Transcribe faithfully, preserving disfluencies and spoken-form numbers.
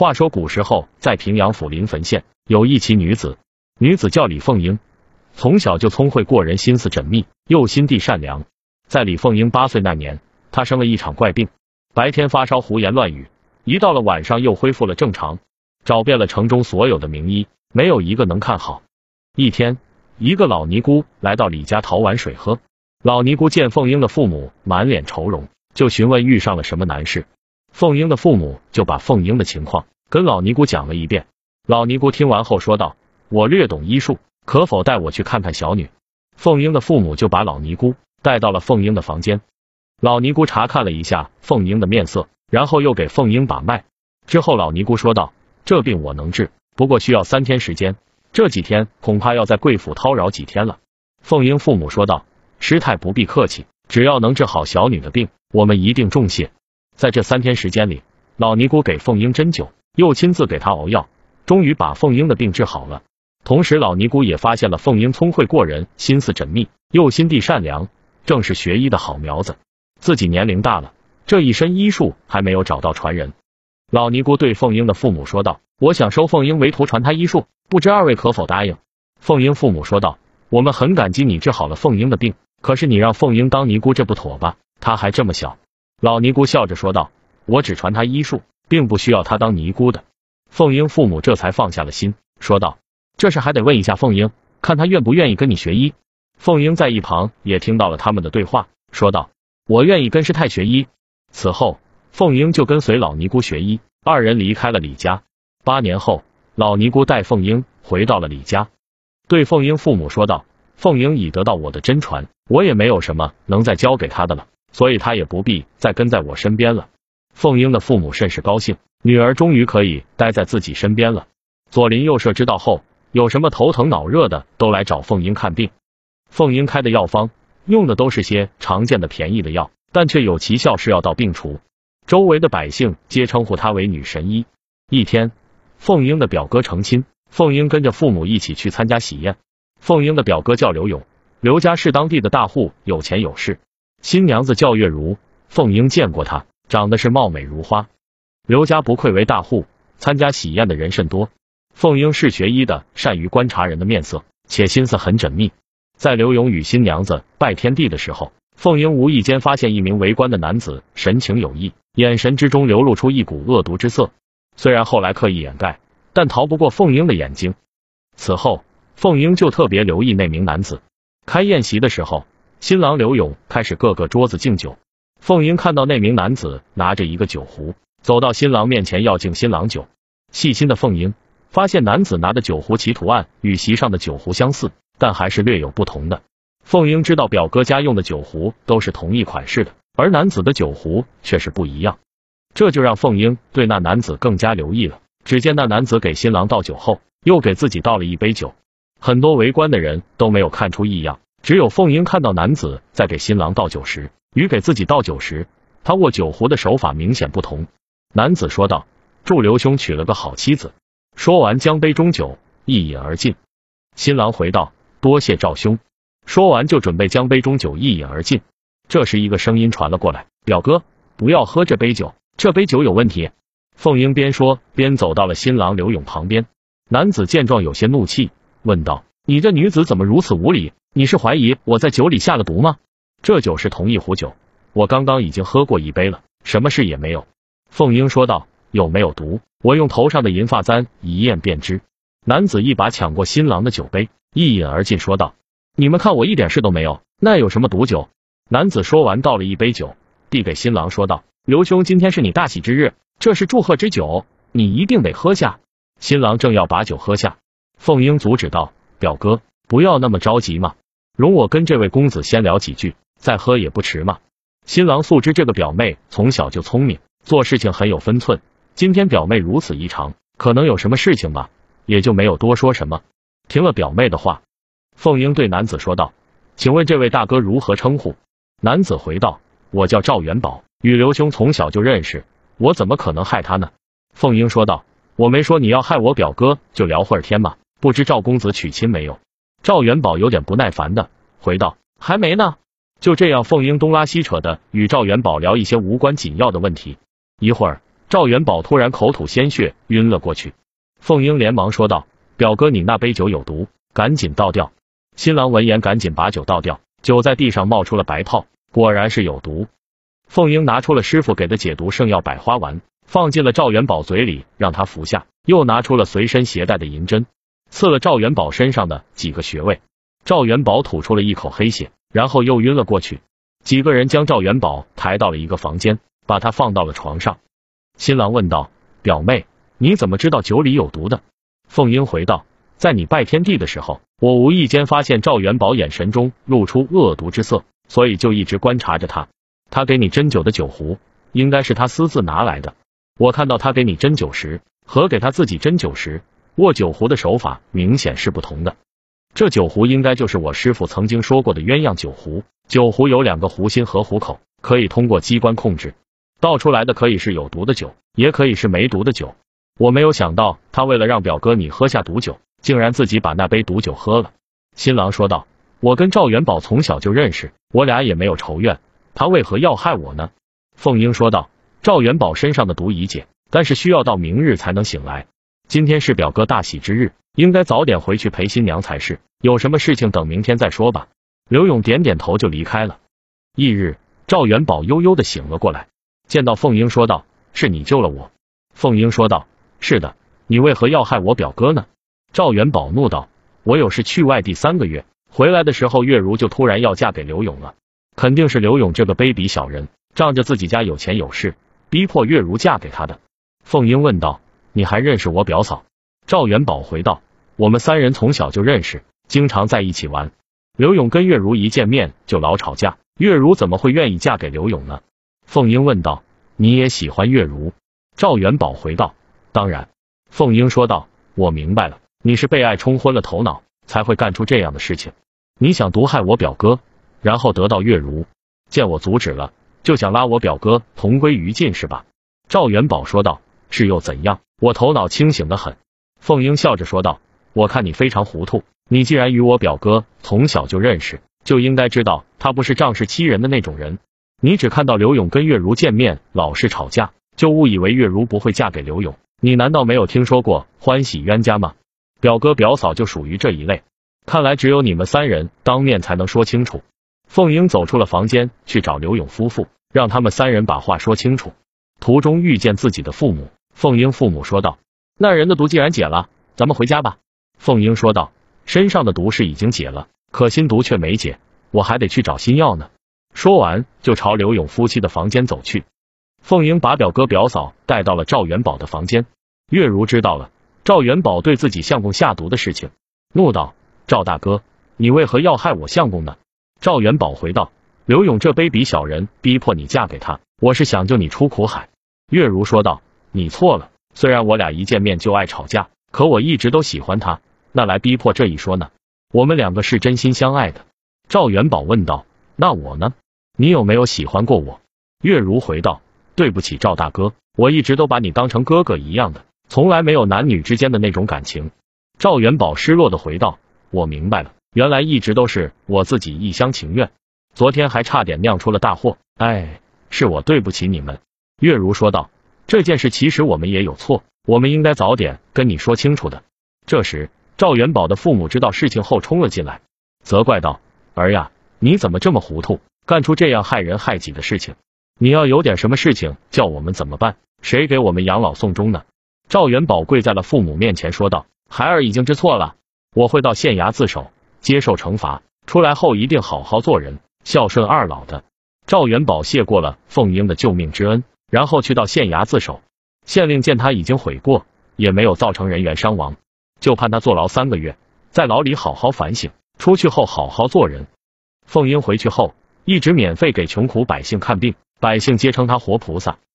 话说古时候，在平阳府临汾县有一奇女子，女子叫李凤英，从小就聪慧过人，心思缜密，又心地善良。在李凤英八岁那年，她生了一场怪病，白天发烧胡言乱语，一到了晚上又恢复了正常。找遍了城中所有的名医，没有一个能看好。一天，一个老尼姑来到李家讨碗水喝。老尼姑见凤英的父母满脸愁容，就询问遇上了什么难事。凤英的父母就把凤英的情况跟老尼姑讲了一遍。老尼姑听完后说道：我略懂医术，可否带我去看看小女？凤英的父母就把老尼姑带到了凤英的房间。老尼姑查看了一下凤英的面色，然后又给凤英把脉。之后老尼姑说道：这病我能治，不过需要三天时间，这几天恐怕要在贵府叨扰几天了。凤英父母说道：师太不必客气，只要能治好小女的病，我们一定重谢。在这三天时间里，老尼姑给凤英针灸，又亲自给她熬药，终于把凤英的病治好了。同时老尼姑也发现了凤英聪慧过人，心思缜密，又心地善良，正是学医的好苗子。自己年龄大了，这一身医术还没有找到传人。老尼姑对凤英的父母说道：我想收凤英为徒传她医术，不知二位可否答应？凤英父母说道：我们很感激你治好了凤英的病，可是你让凤英当尼姑这不妥吧？她还这么小。老尼姑笑着说道：我只传她医术，并不需要她当尼姑的。凤英父母这才放下了心，说道：这事还得问一下凤英，看她愿不愿意跟你学医。凤英在一旁也听到了他们的对话，说道：我愿意跟师太学医。此后凤英就跟随老尼姑学医，二人离开了李家。八年后，老尼姑带凤英回到了李家，对凤英父母说道：凤英已得到我的真传，我也没有什么能再教给她的了，所以她也不必再跟在我身边了。凤英的父母甚是高兴，女儿终于可以待在自己身边了。左邻右舍知道后，有什么头疼脑热的都来找凤英看病。凤英开的药方用的都是些常见的便宜的药，但却有奇效，是药到病除。周围的百姓皆称呼她为女神医。一天，凤英的表哥成亲，凤英跟着父母一起去参加喜宴。凤英的表哥叫刘勇，刘家是当地的大户，有钱有势。新娘子叫月如，凤英见过她，长得是貌美如花。刘家不愧为大户，参加喜宴的人甚多。凤英是学医的，善于观察人的面色，且心思很缜密。在刘勇与新娘子拜天地的时候，凤英无意间发现一名围观的男子神情有异，眼神之中流露出一股恶毒之色。虽然后来刻意掩盖，但逃不过凤英的眼睛。此后，凤英就特别留意那名男子。开宴席的时候，新郎刘勇开始各个桌子敬酒。凤英看到那名男子拿着一个酒壶，走到新郎面前要敬新郎酒。细心的凤英发现男子拿的酒壶其图案与席上的酒壶相似，但还是略有不同的。凤英知道表哥家用的酒壶都是同一款式的，而男子的酒壶却是不一样，这就让凤英对那男子更加留意了。只见那男子给新郎倒酒后，又给自己倒了一杯酒。很多围观的人都没有看出异样，只有凤英看到男子在给新郎倒酒时与给自己倒酒时，他握酒壶的手法明显不同。男子说道：祝刘兄娶了个好妻子。说完将杯中酒一饮而尽。新郎回道：多谢赵兄。说完就准备将杯中酒一饮而尽。这时一个声音传了过来：表哥，不要喝这杯酒，这杯酒有问题。凤英边说边走到了新郎刘勇旁边。男子见状有些怒气，问道：你这女子怎么如此无礼？你是怀疑我在酒里下了毒吗？这酒是同一壶酒，我刚刚已经喝过一杯了，什么事也没有。凤英说道：有没有毒，我用头上的银发簪一验便知。男子一把抢过新郎的酒杯，一饮而尽，说道：你们看我一点事都没有，那有什么毒酒？男子说完倒了一杯酒，递给新郎说道：刘兄，今天是你大喜之日，这是祝贺之酒，你一定得喝下。新郎正要把酒喝下，凤英阻止道：表哥，不要那么着急嘛，容我跟这位公子先聊几句，再喝也不迟嘛。新郎素知这个表妹从小就聪明，做事情很有分寸，今天表妹如此异常，可能有什么事情吧，也就没有多说什么。听了表妹的话，凤英对男子说道：请问这位大哥如何称呼？男子回道：我叫赵元宝，与刘兄从小就认识，我怎么可能害他呢？凤英说道：我没说你要害我表哥，就聊会儿天嘛，不知赵公子娶亲没有？赵元宝有点不耐烦的回道：还没呢。就这样，凤英东拉西扯的与赵元宝聊一些无关紧要的问题。一会儿， 赵元宝突然口吐鲜血，晕了过去。凤英连忙说道：“表哥，你那杯酒有毒，赶紧倒掉。”新郎闻言赶紧把酒倒掉，酒在地上冒出了白泡，果然是有毒。凤英拿出了师傅给的解毒圣药百花丸，放进了赵元宝嘴里，让他服下，又拿出了随身携带的银针，刺了赵元宝身上的几个穴位。赵元宝吐出了一口黑血，然后又晕了过去。几个人将赵元宝抬到了一个房间，把他放到了床上。新郎问道：“表妹，你怎么知道酒里有毒的？”凤英回道：“在你拜天地的时候，我无意间发现赵元宝眼神中露出恶毒之色，所以就一直观察着他。他给你斟酒的酒壶，应该是他私自拿来的。我看到他给你斟酒时和给他自己斟酒时握酒壶的手法明显是不同的。这酒壶应该就是我师傅曾经说过的鸳鸯酒壶，酒壶有两个壶心和壶口，可以通过机关控制，倒出来的可以是有毒的酒，也可以是没毒的酒。我没有想到他为了让表哥你喝下毒酒，竟然自己把那杯毒酒喝了。”新郎说道：“我跟赵元宝从小就认识，我俩也没有仇怨，他为何要害我呢？”凤英说道：“赵元宝身上的毒已解，但是需要到明日才能醒来。今天是表哥大喜之日，应该早点回去陪新娘才是，有什么事情等明天再说吧。”刘勇点点头就离开了。翌日，赵元宝悠悠的醒了过来，见到凤英说道：“是你救了我。”凤英说道：“是的，你为何要害我表哥呢？”赵元宝怒道：“我有事去外地三个月，回来的时候月如就突然要嫁给刘勇了，肯定是刘勇这个卑鄙小人仗着自己家有钱有势，逼迫月如嫁给他的。”凤英问道：“你还认识我表嫂？”赵元宝回道：“我们三人从小就认识，经常在一起玩。刘勇跟月如一见面就老吵架，月如怎么会愿意嫁给刘勇呢？”凤英问道：“你也喜欢月如？”赵元宝回道：“当然。”凤英说道：“我明白了，你是被爱冲昏了头脑，才会干出这样的事情。你想毒害我表哥，然后得到月如，见我阻止了，就想拉我表哥同归于尽是吧？”赵元宝说道：“是又怎样？我头脑清醒得很。”凤英笑着说道：“我看你非常糊涂，你既然与我表哥从小就认识，就应该知道他不是仗势欺人的那种人。你只看到刘勇跟月如见面老是吵架，就误以为月如不会嫁给刘勇。你难道没有听说过欢喜冤家吗？表哥表嫂就属于这一类，看来只有你们三人当面才能说清楚。”凤英走出了房间，去找刘勇夫妇，让他们三人把话说清楚。途中遇见自己的父母，凤英父母说道：“那人的毒既然解了，咱们回家吧。”凤英说道：“身上的毒是已经解了，可心毒却没解，我还得去找新药呢。”说完就朝刘勇夫妻的房间走去。凤英把表哥表嫂带到了赵元宝的房间。月如知道了赵元宝对自己相公下毒的事情，怒道：“赵大哥，你为何要害我相公呢？”赵元宝回道：“刘勇这卑鄙小人逼迫你嫁给他，我是想救你出苦海。”月如说道：“你错了，虽然我俩一见面就爱吵架，可我一直都喜欢他，那来逼迫这一说呢？我们两个是真心相爱的。”赵元宝问道：“那我呢？你有没有喜欢过我？”月如回道：“对不起赵大哥，我一直都把你当成哥哥一样的，从来没有男女之间的那种感情。”赵元宝失落的回道：“我明白了，原来一直都是我自己一厢情愿，昨天还差点酿出了大祸，哎，是我对不起你们。”月如说道：“这件事其实我们也有错，我们应该早点跟你说清楚的。”这时赵元宝的父母知道事情后冲了进来，责怪道：“儿呀，你怎么这么糊涂，干出这样害人害己的事情？你要有点什么事情叫我们怎么办？谁给我们养老送终呢？”赵元宝跪在了父母面前说道：“孩儿已经知错了，我会到县衙自首，接受惩罚，出来后一定好好做人，孝顺二老的。”赵元宝谢过了凤英的救命之恩，然后去到县衙自首。县令见他已经悔过，也没有造成人员伤亡，就判他坐牢三个月，在牢里好好反省，出去后好好做人。凤英回去后，一直免费给穷苦百姓看病，百姓皆称他活菩萨。